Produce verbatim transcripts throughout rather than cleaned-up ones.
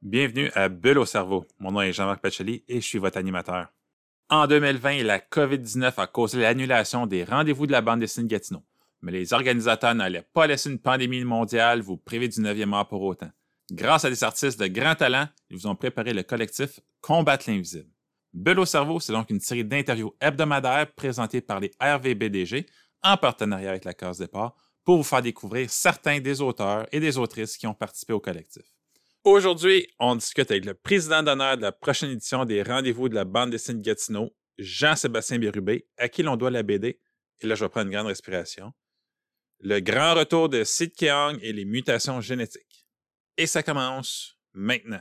Bienvenue à Bulle au cerveau. Mon nom est Jean-Marc Pacheli et je suis votre animateur. En deux mille vingt, la COVID dix-neuf a causé l'annulation des rendez-vous de la bande dessinée de Gatineau. Mais les organisateurs n'allaient pas laisser une pandémie mondiale vous priver du neuvième art pour autant. Grâce à des artistes de grand talent, ils vous ont préparé le collectif Combattre l'invisible. Bulle au cerveau, c'est donc une série d'interviews hebdomadaires présentées par les R V B D G en partenariat avec la Case Départ pour vous faire découvrir certains des auteurs et des autrices qui ont participé au collectif. Aujourd'hui, on discute avec le président d'honneur de la prochaine édition des Rendez-vous de la bande dessinée de Gatineau, Jean-Sébastien Bérubé, à qui l'on doit la B D. Et là, je vais prendre une grande respiration. Le grand retour de Sid Keong et les mutations génétiques. Et ça commence maintenant.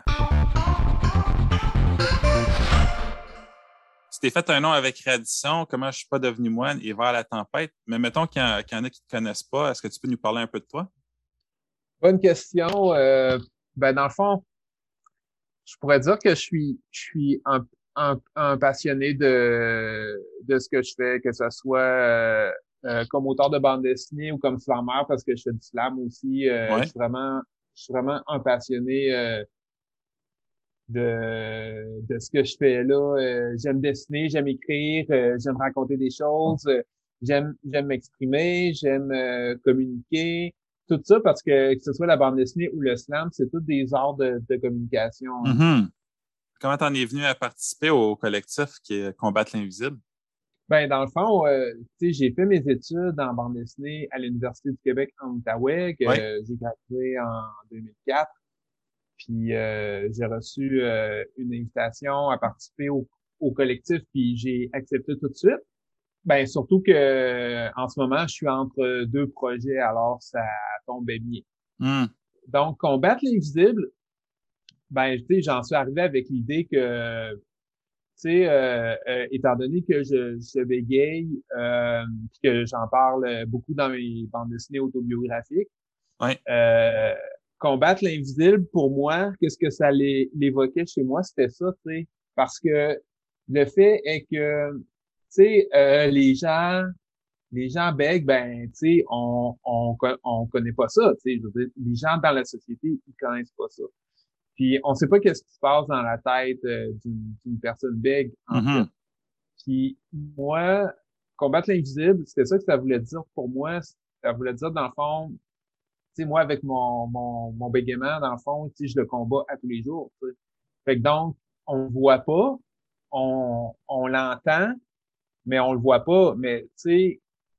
Tu t'es fait un nom avec Radisson, Comment je suis pas devenu moine et Vers la tempête. Mais mettons qu'il y, en, qu'il y en a qui ne te connaissent pas. Est-ce que tu peux nous parler un peu de toi? Bonne question. Euh, ben dans le fond, je pourrais dire que je suis, je suis un, un, un passionné de, de ce que je fais, que ce soit euh, euh, comme auteur de bande dessinée ou comme slammer, parce que je fais du slam aussi. Euh, je Ouais. suis vraiment, je suis vraiment un passionné euh, de, de ce que je fais là. Euh, j'aime dessiner, j'aime écrire, euh, j'aime raconter des choses, euh, j'aime, j'aime m'exprimer, j'aime euh, communiquer. Tout ça parce que que ce soit la bande dessinée ou le slam, c'est tous des arts de, de communication, hein. Mm-hmm. Comment t'en es venu à participer au collectif qui est Combattre l'invisible? Ben, dans le fond, euh, tu sais, j'ai fait mes études en bande dessinée à l'Université du Québec en Outaouais, que Oui. j'ai gradué en deux mille quatre. Puis euh, j'ai reçu euh, une invitation à participer au, au collectif, puis j'ai accepté tout de suite. Ben, surtout que euh, en ce moment, je suis entre deux projets, alors ça tombait bien. Mm. Donc, combattre l'invisible, ben, tu sais, j'en suis arrivé avec l'idée que, tu sais, euh, euh, étant donné que je, je bégaye, euh, puis que j'en parle beaucoup dans mes bandes dessinées autobiographiques, Oui. euh, combattre l'invisible, pour moi, qu'est-ce que ça l'é- l'évoquait chez moi, c'était ça, tu sais, parce que le fait est que, tu sais, euh, les gens les gens bègues, ben, tu sais, on, on, co- on connaît pas ça, tu sais, je veux dire, les gens dans la société, ils connaissent pas ça. Puis, on sait pas qu'est-ce qui se passe dans la tête euh, d'une d'une personne bègue, en fait. Mm-hmm. Puis, moi, combattre l'invisible, c'était ça que ça voulait dire pour moi. Ça voulait dire, dans le fond, tu sais, moi, avec mon, mon, mon bégaiement, dans le fond, tu sais, je le combats à tous les jours, tu sais. Fait que donc, on le voit pas, on, on l'entend, mais on le voit pas. Mais, tu sais,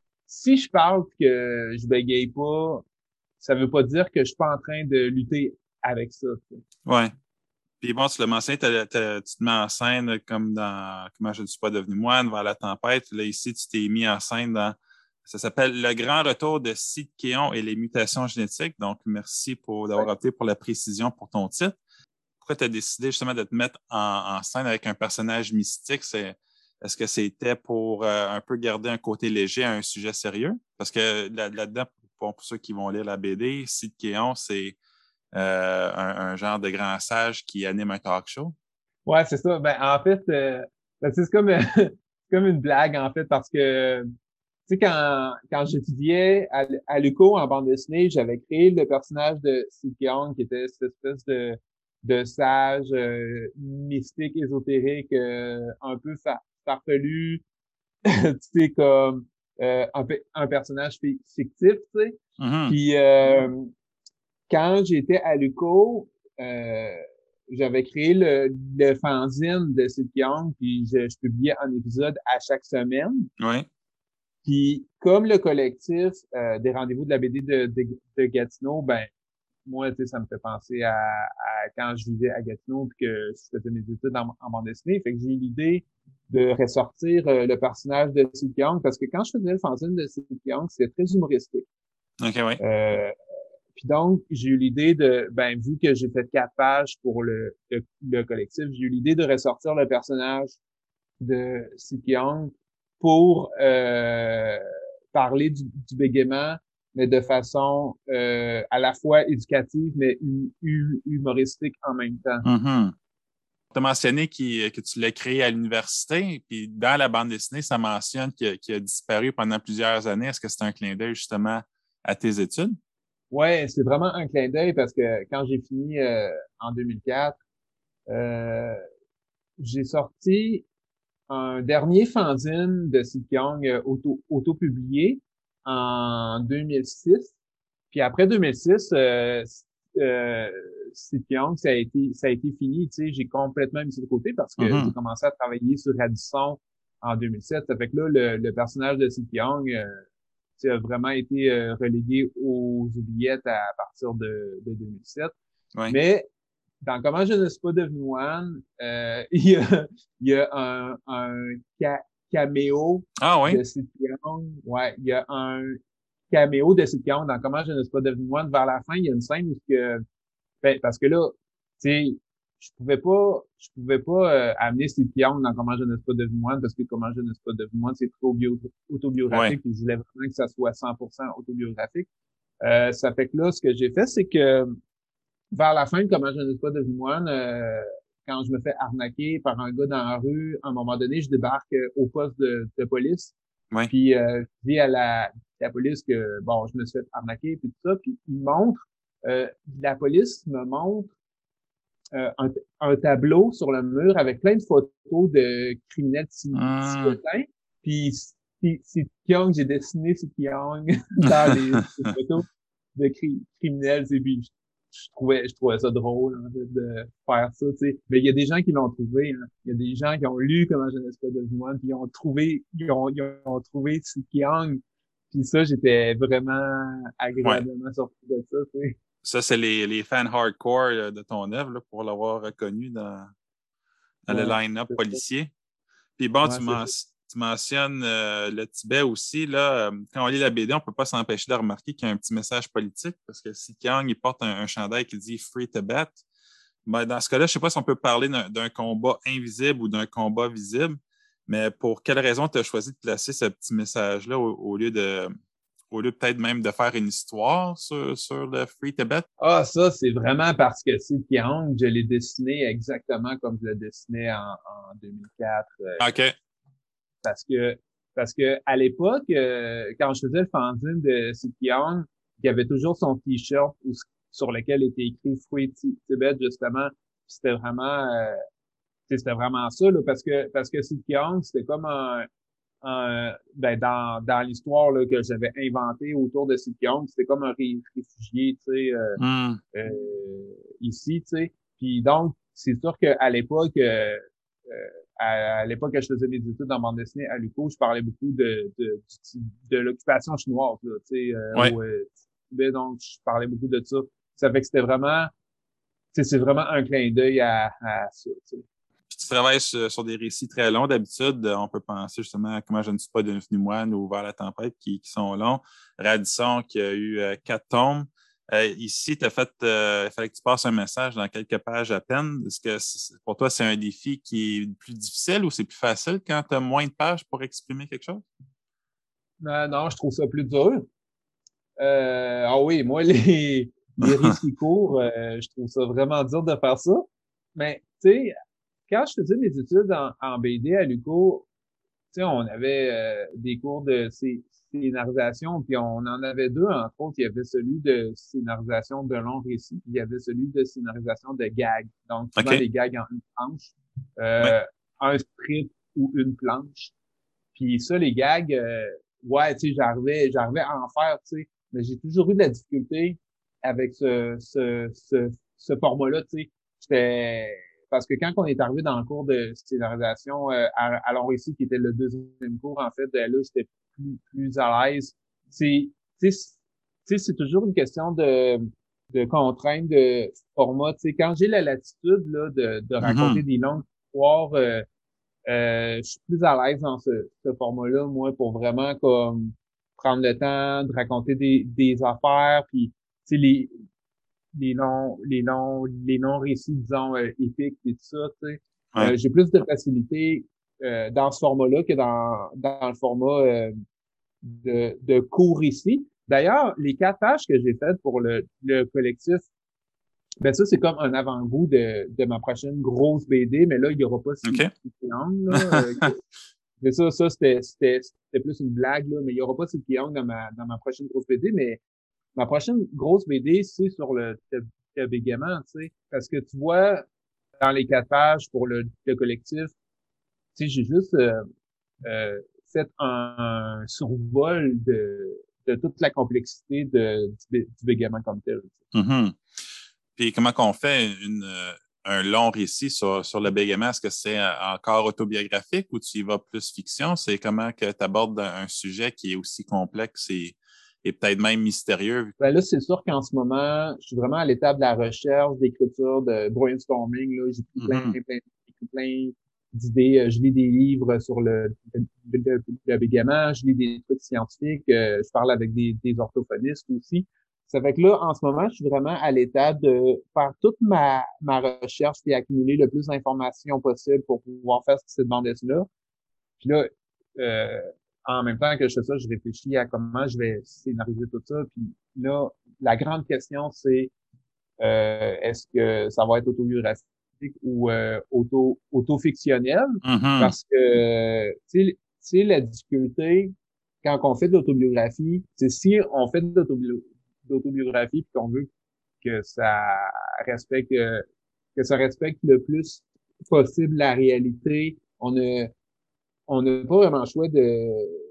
si je parle pis que je bégaye pas, ça veut pas dire que je suis pas en train de lutter avec ça, tu sais. Ouais. Puis bon, tu l'as mentionné, t'as- t'as- tu te mets en scène comme dans Comment je ne suis pas devenu moine, Vers la tempête. Là, ici, tu t'es mis en scène dans. Ça s'appelle Le grand retour de Sid Keon et les mutations génétiques. Donc, merci pour d'avoir Ouais. opté pour la précision pour ton titre. Pourquoi tu as décidé justement de te mettre en, en scène avec un personnage mystique? C'est, est-ce que c'était pour euh, un peu garder un côté léger à un sujet sérieux? Parce que là, là-dedans, pour, pour ceux qui vont lire la B D, Sid Keon, c'est euh, un, un genre de grand sage qui anime un talk show. Ouais, c'est ça. Ben, en fait, euh, ben, tu sais, c'est comme, c'est comme une blague, en fait, parce que, tu sais, quand, quand j'étudiais à, l- à l'U Q O en bande dessinée, j'avais créé le personnage de Sid Keong, qui était cette espèce de, de sage, euh, mystique, ésotérique, euh, un peu fa- farfelu, tu sais, comme, euh, un, pe- un personnage fi- fictif, tu sais. Mhm. Puis, euh, quand j'étais à l'U Q O, euh, j'avais créé le, le fanzine de Sid Young, puis je, je publiais un épisode à chaque semaine. Oui. Puis comme le collectif euh, des rendez-vous de la B D de, de, de Gatineau, ben moi, tu sais, ça me fait penser à, à quand je vivais à Gatineau puis que je faisais mes études en, en bande dessinée. Fait que j'ai eu l'idée de ressortir euh, le personnage de Sid Young parce que quand je faisais le fanzine de Sid Young, c'était très humoristique. OK, oui. Euh, Puis donc, j'ai eu l'idée de, ben, vu que j'ai fait quatre pages pour le, le, le collectif, j'ai eu l'idée de ressortir le personnage de Si Kyung pour euh, parler du, du bégaiement, mais de façon euh, à la fois éducative, mais hu- hu- humoristique en même temps. Mhm. Tu as mentionné qu'il- que tu l'as créé à l'université, puis dans la bande dessinée, ça mentionne qu'il a, qu'il a disparu pendant plusieurs années. Est-ce que c'est un clin d'œil justement à tes études? Ouais, c'est vraiment un clin d'œil parce que quand j'ai fini euh, en deux mille quatre, euh, j'ai sorti un dernier fanzine de Sid Young euh, auto, auto-publié en deux mille six. Puis après deux mille six, euh, euh, Sid Young, ça a été, ça a été fini. Tu sais, j'ai complètement mis ça de côté parce que j'ai Mhm. commencé à travailler sur Radisson en deux mille sept. Ça fait que là, le, le personnage de Sid Young euh, tu sais, a vraiment été euh, relégué aux oubliettes à partir de, de deux mille sept. Oui. Mais dans Comment je ne suis pas devenu moine, euh, il y a, il y a un, un ca- caméo Ah oui? de Sid Young. Ouais, il y a un caméo de Sid Young dans Comment je ne suis pas devenu moine. Vers la fin, il y a une scène où que, ben, parce que là, tu sais, je pouvais pas, je pouvais pas euh, amener Sid Young dans Comment je ne suis pas devenu moine parce que Comment je ne suis pas devenu moine, c'est trop bio- Oui. autobiographique et je voulais vraiment que ça soit cent pour cent autobiographique. Euh, ça fait que là, ce que j'ai fait, c'est que vers la fin de Comment je ne suis pas devenu moine, euh, quand je me fais arnaquer par un gars dans la rue, à un moment donné, je débarque euh, au poste de, de police. Oui. Puis euh, je dis à la, la police que bon, je me suis fait arnaquer puis tout ça. Puis il me montre, euh, la police me montre euh, un, un tableau sur le mur avec plein de photos de criminels ti- Hum. tibétains. Puis c'est c'est Young, j'ai dessiné c'est Young dans les, les photos de cri- criminels. Et puis je, je trouvais je trouvais ça drôle en fait, de faire ça. Tu sais. Mais il y a des gens qui l'ont trouvé. Hein. Il y a des gens qui ont lu Comment je ne suis pas devenu moine, puis ils ont trouvé ils ont, ils ont trouvé Suk Young. Puis ça, j'étais vraiment Ouais. agréablement surpris de ça. Tu sais. Ça, c'est les, les fans hardcore euh, de ton œuvre là, pour l'avoir reconnu dans, dans le Ouais, line-up c'est ça. policier. Puis bon, Ouais, tu, c'est men- ça. tu mentionnes euh, le Tibet aussi. Là, euh, quand on lit la B D, on ne peut pas s'empêcher de remarquer qu'il y a un petit message politique parce que Si Kiang, il porte un, un chandail qui dit Free Tibet. Ben, dans ce cas-là, je ne sais pas si on peut parler d'un d'un combat invisible ou d'un combat visible, mais pour quelle raison tu as choisi de placer ce petit message-là au, au lieu de au lieu peut-être même de faire une histoire sur, sur le Free Tibet? Ah, ça, c'est vraiment parce que c'est Yang, je l'ai dessiné exactement comme je le dessinais en, en deux mille quatre. euh, OK. parce que, parce que à l'époque, euh, quand je faisais le fanzine de Sid Young, il y avait toujours son t-shirt où- sur lequel était écrit Fruit Ti- Tibet, justement. Puis C'était vraiment, euh, tu sais, c'était vraiment ça, là, parce que, parce que Sid Young, c'était comme un, un- ben, dans, dans l'histoire, là, que j'avais inventée autour de Sid Young, c'était comme un ré- réfugié, tu sais, euh, Hmm. euh, ici, tu sais. Puis donc, c'est sûr qu'à l'époque, euh, euh, à, à l'époque que je faisais mes études en bande dessinée à l'U Q O, je parlais beaucoup de, de, de, de l'occupation chinoise, là, tu sais, euh, Ouais. au euh, Tibet, donc je parlais beaucoup de ça. Ça fait que c'était vraiment, tu sais, c'est vraiment un clin d'œil à, à ça, tu sais. Puis tu travailles sur, sur des récits très longs. D'habitude, euh, on peut penser justement à Comment je ne suis pas devenu moine ou Vers la tempête qui, qui sont longs. Radisson qui a eu euh, quatre tomes. Euh, ici, tu as fait, euh, il fallait que tu passes un message dans quelques pages à peine. Est-ce que c'est- pour toi, c'est un défi qui est plus difficile ou c'est plus facile quand tu as moins de pages pour exprimer quelque chose? Non, non, je trouve ça plus dur. Euh, ah oui, moi, les, les récits courts, euh, je trouve ça vraiment dur de faire ça. Mais, tu sais, quand je faisais mes études en, en B D à l'U Q O, tu sais, on avait euh, des cours de scé- scénarisation, puis on en avait deux, entre autres. Il y avait celui de scénarisation de long récit, puis il y avait celui de scénarisation de gags. Donc, souvent OK. des gags en une planche, Oui. euh, un script ou une planche. Puis ça, les gags, euh, ouais, tu sais, j'arrivais, j'arrivais à en faire, tu sais, mais j'ai toujours eu de la difficulté avec ce, ce, ce, ce format-là, tu sais. J'étais, parce que quand on est arrivé dans le cours de scénarisation euh, à, à long récit, qui était le deuxième cours, en fait, ben là, j'étais plus, plus à l'aise. C'est, tu sais, tu sais, c'est toujours une question de, de contrainte de format. Tu sais, quand j'ai la latitude là, de, de raconter Mhm. des longues histoires, euh, euh, je suis plus à l'aise dans ce, ce format-là, moi, pour vraiment comme prendre le temps de raconter des, des affaires, puis tu sais, les, les longs, les longs, les longs récits, disons, euh, épiques et tout ça, tu sais. Ouais. Euh, j'ai plus de facilité euh, dans ce format-là que dans, dans le format euh, de, de court récit. D'ailleurs, les quatre pages que j'ai faites pour le, le collectif, ben ça, c'est comme un avant-goût de, de ma prochaine grosse B D, mais là, il y aura pas si, OK. si triangle, là, euh, mais ça, ça, c'était, c'était, c'était plus une blague, là, mais il y aura pas si triangle dans ma, dans ma prochaine grosse B D, mais ma prochaine grosse B D, c'est sur le, le, le bégaiement, tu sais. Parce que tu vois, dans les quatre pages pour le, le collectif, tu sais, j'ai juste euh, euh, fait un, un survol de, de toute la complexité de, du, bé- du bégaiement comme tel. Mhm. Puis comment qu'on fait une, euh, un long récit sur, sur le bégaiement? Est-ce que c'est euh, encore autobiographique ou tu y vas plus fiction? C'est comment que tu abordes un, un sujet qui est aussi complexe et, et peut-être même mystérieux? Ben là, c'est sûr qu'en ce moment, je suis vraiment à l'étape de la recherche, d'écriture, de brainstorming. Là, j'écris plein, Mhm. plein, j'écris plein d'idées. Euh, Je lis des livres sur le, le, le, le bégaiement, je lis des trucs scientifiques, euh, je parle avec des, des orthophonistes aussi. Ça fait que là, en ce moment, je suis vraiment à l'étape de faire toute ma, ma recherche et accumuler le plus d'informations possible pour pouvoir faire cette bande dessinée-là. Puis là, euh, en même temps que je fais ça, je réfléchis à comment je vais scénariser tout ça. Puis là, la grande question, c'est euh, est-ce que ça va être autobiographique ou euh, auto auto-fictionnel? Mhm. Parce que, tu sais, tu sais, la difficulté, quand on fait de l'autobiographie, c'est si on fait de l'autobio- l'autobiographie puis qu'on veut que ça respecte que ça respecte le plus possible la réalité, on a on n'a pas vraiment le choix de,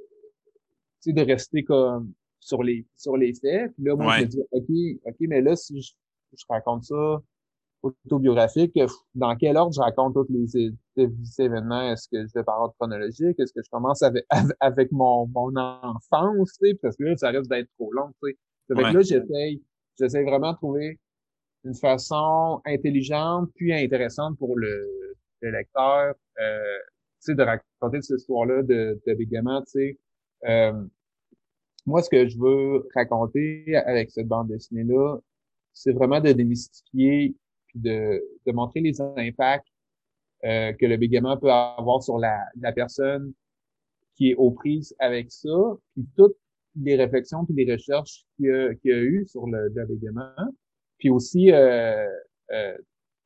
tu sais, de rester comme sur les, sur les faits. Puis là, moi, je me Ouais. dis, OK, OK, mais là, si je, je raconte ça autobiographique, dans quel ordre je raconte tous les, les événements? Est-ce que je vais par ordre chronologique? Est-ce que je commence avec, avec mon, mon enfance, tu sais? Parce que là, ça risque d'être trop long, tu sais. Ça fait que Ouais. là, j'essaye, j'essaie vraiment de trouver une façon intelligente puis intéressante pour le, le lecteur, euh, tu sais, de raconter cette histoire-là de, de bégaiement, tu sais. Euh, moi, ce que je veux raconter avec cette bande dessinée-là, c'est vraiment de démystifier puis de, de montrer les impacts euh, que le bégaiement peut avoir sur la, la personne qui est aux prises avec ça, puis toutes les réflexions puis les recherches qu'il y a, qu'il y a eu sur le, le bégaiement, puis aussi euh, euh,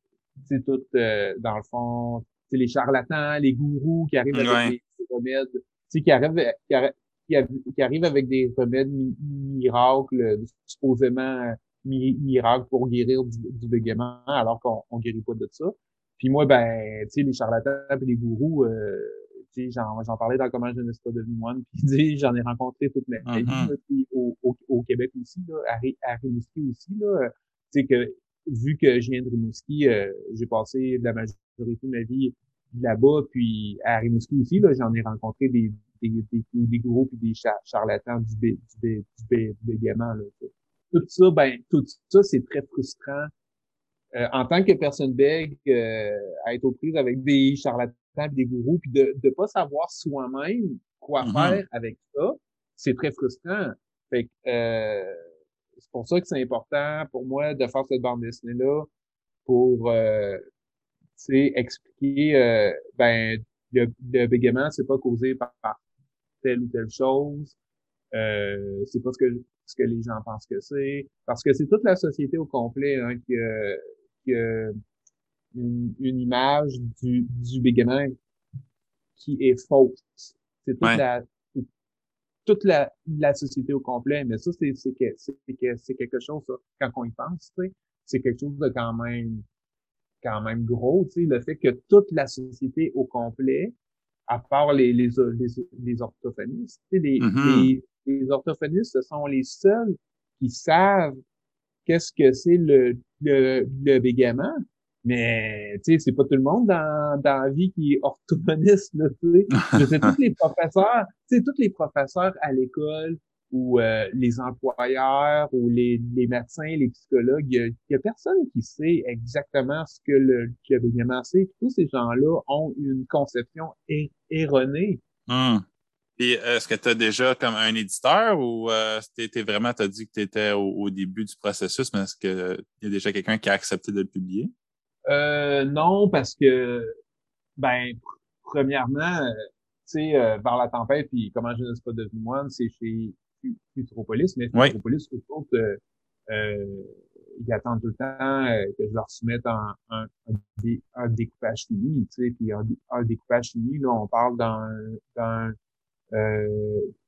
tu sais, tout, euh, dans le fond, tu sais, les charlatans, les gourous qui arrivent avec Ouais. des, des remèdes, tu sais, qui arrivent, qui, arri- qui, arri- qui arrivent avec des remèdes mi- miracles, euh, supposément euh, mi- miracles pour guérir du, du bégaiement, alors qu'on on guérit pas de ça. Puis moi, ben, tu sais, les charlatans et les gourous, euh, tu sais, j'en, j'en parlais dans Comment je ne suis pas devenu moine, puis tu sais, j'en ai rencontré toute ma vie, Mhm. là, puis au, au, au Québec aussi, là, à, Ré- à Rimouski aussi, là, tu sais, que vu que je viens de Rimouski, euh, j'ai passé la majorité de ma vie là-bas, puis à Rimouski aussi, là, j'en ai rencontré des, des, des, des gros puis des char- charlatans du, bé, du, bé, du, bé, du bégaiement, là. Tout ça, ben, tout ça, c'est très frustrant. Euh, en tant que personne bègue, euh, à être aux prises avec des charlatans et des gourous, puis de ne pas savoir soi-même quoi Mhm. faire avec ça, c'est très frustrant. Fait que, euh, c'est pour ça que c'est important pour moi de faire cette bande dessinée-là pour euh, tu sais, expliquer euh, ben le, le bégaiement, c'est pas causé par, par telle ou telle chose. Euh, c'est pas ce que ce que les gens pensent que c'est. Parce que c'est toute la société au complet hein, qui, a, qui a une, une image du, du bégaiement qui est fausse. C'est toute Ouais. la c'est toute la, la société au complet. Mais ça, c'est c'est que c'est que c'est quelque chose, ça, quand on y pense, tu sais, c'est quelque chose de quand même quand même gros, tu sais, le fait que toute la société au complet, à part les, les, les, les orthophonistes, tu sais, les, Mhm. les, les orthophonistes, ce sont les seuls qui savent qu'est-ce que c'est le, le, le bégaiement. Mais, tu sais, c'est pas tout le monde dans, dans la vie qui est orthophoniste, là, tu sais. Je sais, tous les professeurs, tu sais, tous les professeurs à l'école ou euh, les employeurs ou les, les médecins, les psychologues, il y a, il y a personne qui sait exactement ce que le, que le bégaiement c'est. Tous ces gens-là ont une conception er- erronée. Hum. Puis, est-ce que tu as déjà comme un éditeur ou euh, t'es, t'es vraiment, tu as dit que tu étais au, au début du processus, mais est-ce qu'il y a déjà quelqu'un qui a accepté de le publier? Euh, non, parce que ben, pr- premièrement, euh, tu sais, euh, Vers la tempête, puis Comment je ne suis pas devenu moine, c'est chez Fu- Futuropolis, mais Oui. Futuropolis, eux autres, euh, euh, ils attendent tout le temps euh, que je leur soumette un, un, un, dé- un découpage fini, tu sais, puis un, dé- un découpage fini, là, on parle d'un, d'un, euh, on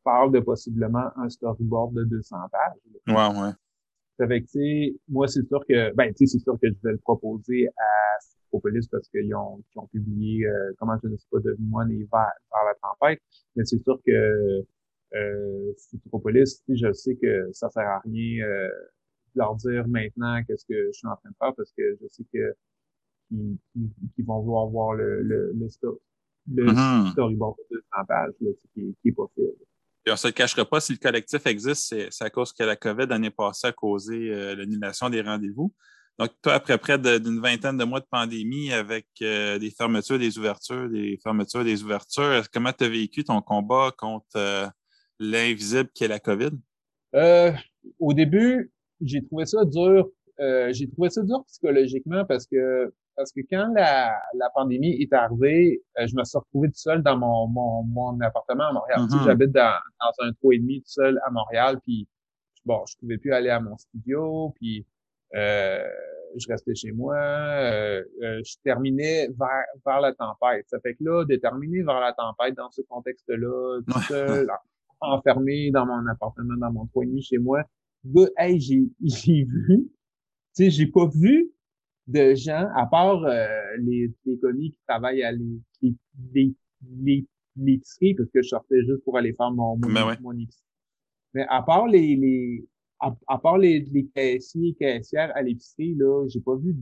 parle de possiblement un storyboard de deux cents pages. Là. Ouais, ouais. Ça fait que, tu sais, moi, c'est sûr que, ben, tu sais, c'est sûr que je vais le proposer à Propolis parce qu'ils ont, qu'ils ont publié, euh, comment je ne suis pas devenu moi, les vers, vers la tempête. Mais c'est sûr que, euh, Futuropolis, tu sais, je sais que ça sert à rien, euh, de leur dire maintenant qu'est-ce que je suis en train de faire parce que je sais que, qu'ils, qu'ils, qu'ils vont vouloir voir le, le, le, sto- le Mhm. storyboard de deux cents pages, là, tu sais, qui, est- qui est pas fait. Puis on se le cachera pas, si le collectif existe, c'est c'est à cause que la COVID l'année passée a causé euh, l'annulation des rendez-vous. Donc, toi, après près de- d'une vingtaine de mois de pandémie avec euh, des fermetures, des ouvertures, des fermetures, des ouvertures, comment tu as vécu ton combat contre euh, l'invisible qui est la COVID? Euh, Au début, j'ai trouvé ça dur. Euh, j'ai trouvé ça dur psychologiquement parce que parce que quand la, la pandémie est arrivée, euh, je me suis retrouvé tout seul dans mon, mon, mon appartement à Montréal. Tu sais, Mhm. j'habite dans, dans un trois et demi tout seul à Montréal, puis bon, je pouvais plus aller à mon studio, puis euh, je restais chez moi. Euh, euh, je terminais vers, vers la tempête. Ça fait que là, de terminer vers la tempête dans ce contexte-là, tout seul, enfermé dans mon appartement, dans mon trois et demi chez moi. Gars, hey, j'ai, j'ai vu, tu sais, j'ai pas vu de gens, à part euh, les, les commis qui travaillent à les, les, les, les- l'épicerie, parce que je sortais juste pour aller faire mon, mon, Ben ouais. mon épicerie. Mais à part les, les à, à part les, les caissiers et caissières à l'épicerie, là, j'ai pas vu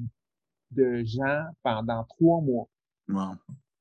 de gens pendant trois mois. Wow.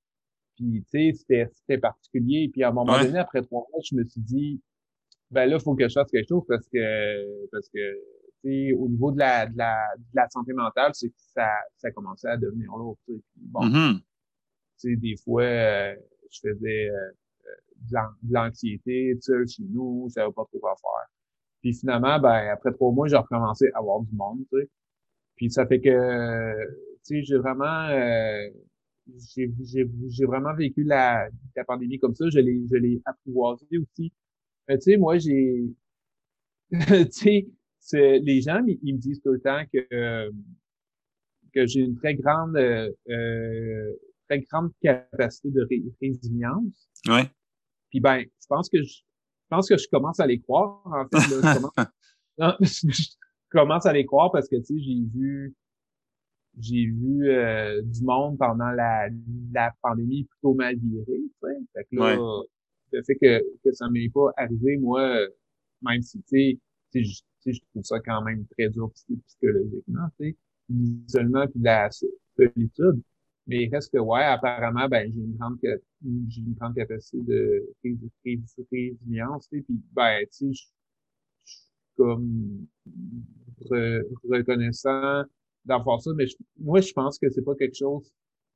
Puis, tu sais, c'était, c'était particulier. Puis, à un moment Ouais. donné, après trois mois, je me suis dit, ben là, il faut que je fasse quelque chose parce que, parce que, tu sais, au niveau de la, de la, de la santé mentale, c'est que ça, ça commençait à devenir lourd, tu sais. Puis bon, Mhm. tu sais, des fois, euh, je faisais euh, de l'an- de l'anxiété, tout seul chez nous, je savais pas trop quoi faire. Puis finalement, ben, après trois mois, j'ai recommencé à avoir du monde, tu sais. Puis ça fait que, tu sais, j'ai vraiment, euh, j'ai, j'ai, j'ai vraiment vécu la, la pandémie comme ça. Je l'ai, je l'ai apprivoisé aussi. Mais tu sais, moi, j'ai, tu sais, c'est- les gens, ils, ils me disent tout le temps que, euh, que j'ai une très grande, euh, euh, très grande capacité de ré- résilience. Ouais. Puis ben, je pense que je, je pense que je commence à les croire, en fait, là. Je commence, non, je commence à les croire parce que, tu sais, j'ai vu, j'ai vu euh, du monde pendant la, la pandémie plutôt mal viré, tu sais. Fait que Ouais. là, le fait que, que ça m'est pas arrivé, moi, même si, tu sais, tu sais, je tu sais, je trouve ça quand même très dur psy- psychologiquement, tu sais, l'isolement puis la solitude. Mais il reste que, ouais, apparemment, ben, j'ai une grande, ca- j'ai une grande capacité de ré- ré- résilience, tu sais, puis, ben, tu sais, je je suis comme re- reconnaissant d'avoir ça, mais je- moi, je pense que c'est pas quelque chose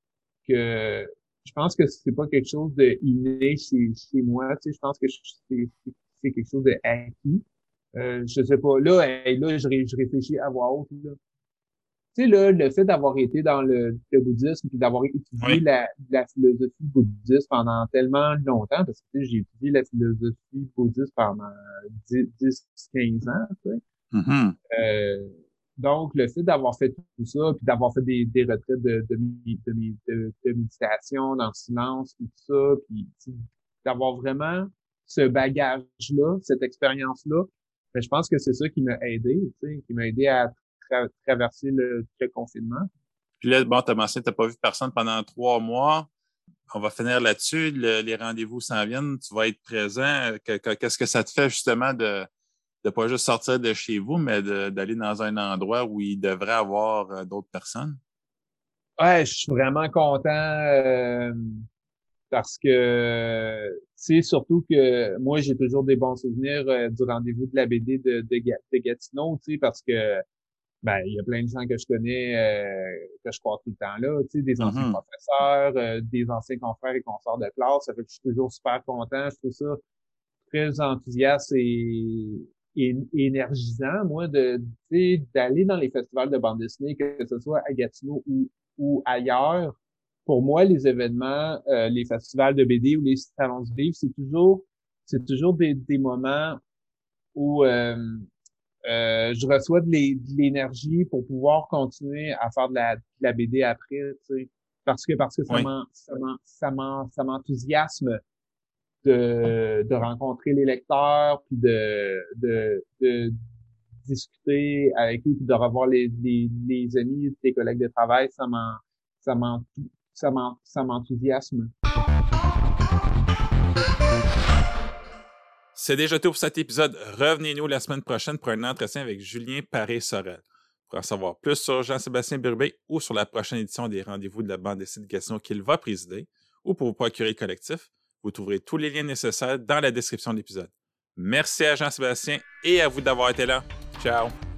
que je pense que c'est pas quelque chose de inné chez, chez moi. Tu sais, je pense que je- c'est c'est- c'est quelque chose de acquis. Euh, je sais pas. Là, hey, là, je, ré- je réfléchis à voix haute. Là. Tu sais, là, le fait d'avoir été dans le, le bouddhisme puis d'avoir étudié Ouais. la, la philosophie bouddhiste pendant tellement longtemps, parce que tu sais, j'ai étudié la philosophie bouddhiste pendant dix, dix, quinze ans, tu sais. Mhm. Euh, donc, le fait d'avoir fait tout ça, puis d'avoir fait des, des retraites de, de, mé- de, mé- de- de méditation dans le silence, puis tout ça, puis tu sais, d'avoir vraiment ce bagage-là, cette expérience-là, ben, je pense que c'est ça qui m'a aidé, tu sais, qui m'a aidé à tra- traverser le, le confinement. Puis là, bon, t'as mentionné que t'as pas vu personne pendant trois mois. On va finir là-dessus. Le- les rendez-vous s'en viennent. Tu vas être présent. Que- que- Qu'est-ce que ça te fait justement de de pas juste sortir de chez vous, mais de- d'aller dans un endroit où il devrait avoir euh, d'autres personnes? Ouais, je suis vraiment content euh, parce que, tu sais, surtout que moi, j'ai toujours des bons souvenirs euh, du rendez-vous de la B D de, de, Ga- de Gatineau, tu sais, parce que ben, il y a plein de gens que je connais, euh, que je croise tout le temps là, tu sais, des anciens Mhm. professeurs, euh, des anciens confrères et consorts de classe. Ça fait que je suis toujours super content. Je trouve ça très enthousiaste et, et, et énergisant, moi, de, tu sais, d'aller dans les festivals de bande dessinée, que ce soit à Gatineau ou, ou ailleurs. Pour moi, les événements, euh, les festivals de B D ou les salons du livre, c'est toujours, c'est toujours des, des moments où euh, euh, je reçois de l'é- de l'énergie pour pouvoir continuer à faire de la, de la B D après, tu sais, parce que parce que ça Oui. m'en ça m'en ça m'en ça m'enthousiasme de, de rencontrer les lecteurs, puis de, de, de discuter avec eux, puis de revoir les, les, les amis, les collègues de travail, ça m'en, ça m'en, ça m'en, ça m'enthousiasme. C'est déjà tout pour cet épisode. Revenez-nous la semaine prochaine pour un entretien avec Julien Paré-Sorel. Pour en savoir plus sur Jean-Sébastien Burbet ou sur la prochaine édition des Rendez-vous de la bande dessinée de Gatineau qu'il va présider, ou pour vous procurer le collectif, vous trouverez tous les liens nécessaires dans la description de l'épisode. Merci à Jean-Sébastien et à vous d'avoir été là. Ciao!